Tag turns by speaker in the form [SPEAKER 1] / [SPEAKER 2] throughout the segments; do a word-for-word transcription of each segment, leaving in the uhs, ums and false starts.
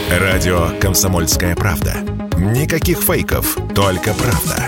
[SPEAKER 1] Радио «Комсомольская правда». Никаких фейков, только правда.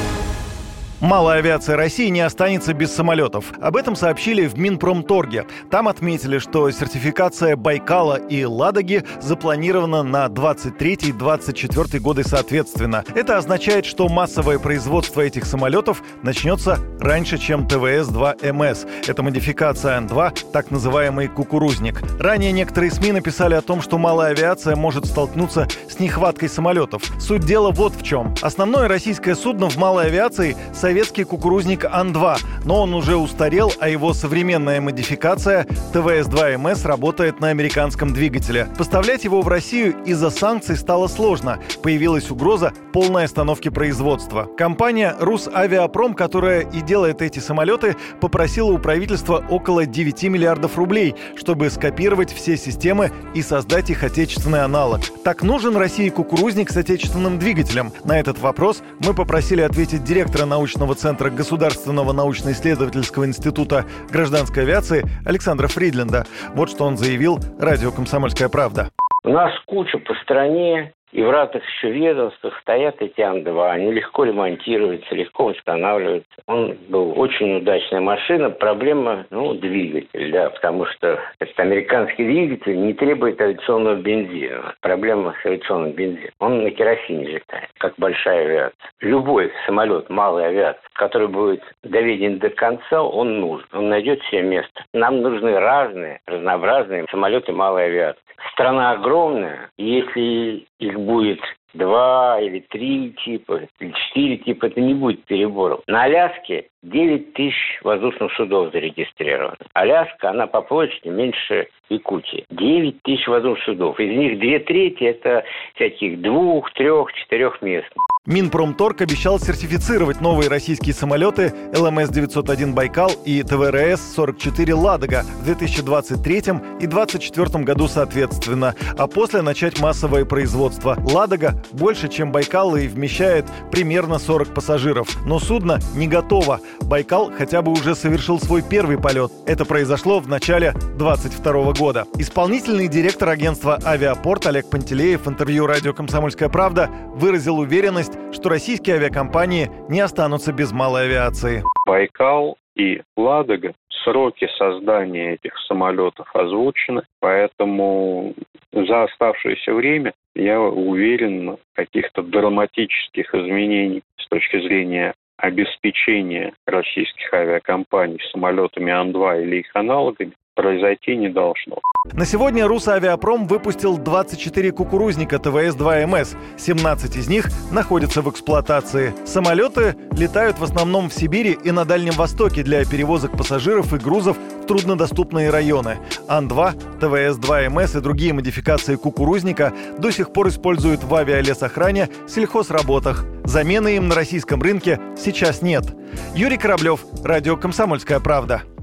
[SPEAKER 2] Малая авиация России не останется без самолетов. Об этом сообщили в Минпромторге. Там отметили, что сертификация Байкала и Ладоги запланирована на двадцать третий - двадцать четвёртый годы соответственно. Это означает, что массовое производство этих самолетов начнется раньше, чем тэ вэ эс два эм эс. Это модификация ан два, так называемый кукурузник. Ранее некоторые СМИ написали о том, что малая авиация может столкнуться с нехваткой самолетов. Суть дела вот в чем. Основное российское судно в малой авиации — советский кукурузник ан два, но он уже устарел, а его современная модификация тэ вэ эс два эм эс работает на американском двигателе. Поставлять его в Россию из-за санкций стало сложно. Появилась угроза полной остановки производства. Компания «Русавиапром», которая и делает эти самолеты, попросила у правительства около девяти миллиардов рублей, чтобы скопировать все системы и создать их отечественный аналог. Так нужен России кукурузник с отечественным двигателем? На этот вопрос мы попросили ответить директора научного центра Государственного научно-исследовательского института гражданской авиации Александра Фридлинда. Вот что он заявил радио «Комсомольская правда».
[SPEAKER 3] У нас куча по стране и в разных еще ведомствах стоят эти ан два. Они легко ремонтируются, легко устанавливаются. Он был очень удачная машина. Проблема, ну, двигатель, да, потому что этот американский двигатель не требует авиационного бензина. Проблема с авиационным бензином. Он на керосине летает, как большая авиация. Любой самолет малой авиации, который будет доведен до конца, он нужен. Он найдет себе место. Нам нужны разные, разнообразные самолеты малой авиации. Страна огромная, если их будет два или три типа, или четыре типа, это не будет перебором. На Аляске девять тысяч воздушных судов зарегистрировано. Аляска, она по площади меньше Якутии. девять тысяч воздушных судов. Из них две трети это всяких двух, трех, четырех мест.
[SPEAKER 2] Минпромторг обещал сертифицировать новые российские самолеты эл эм эс девятьсот один «Байкал» и тэ вэ эр эс сорок четыре «Ладога» в две тысячи двадцать третьем и две тысячи двадцать четвёртом году соответственно, а после начать массовое производство. «Ладога» больше, чем «Байкал» и вмещает примерно сорок пассажиров. Но судно не готово. «Байкал» хотя бы уже совершил свой первый полет. Это произошло в начале двадцать второго года. Исполнительный директор агентства «Авиапорт» Олег Пантелеев в интервью радио «Комсомольская правда» выразил уверенность, что российские авиакомпании не останутся без малой авиации.
[SPEAKER 4] «Байкал» и «Ладога», сроки создания этих самолетов озвучены, поэтому за оставшееся время я уверен в каких-то драматических изменений с точки зрения обеспечения российских авиакомпаний самолетами ан два или их аналогами произойти не должно.
[SPEAKER 2] На сегодня «Русавиапром» выпустил двадцать четыре кукурузника тэ вэ эс два эм эс. семнадцать из них находятся в эксплуатации. Самолеты летают в основном в Сибири и на Дальнем Востоке для перевозок пассажиров и грузов в труднодоступные районы. ан два, тэ вэ эс два эм эс и другие модификации кукурузника до сих пор используют в авиалесохране, сельхозработах. Замены им на российском рынке сейчас нет. Юрий Кораблев, радио «Комсомольская правда».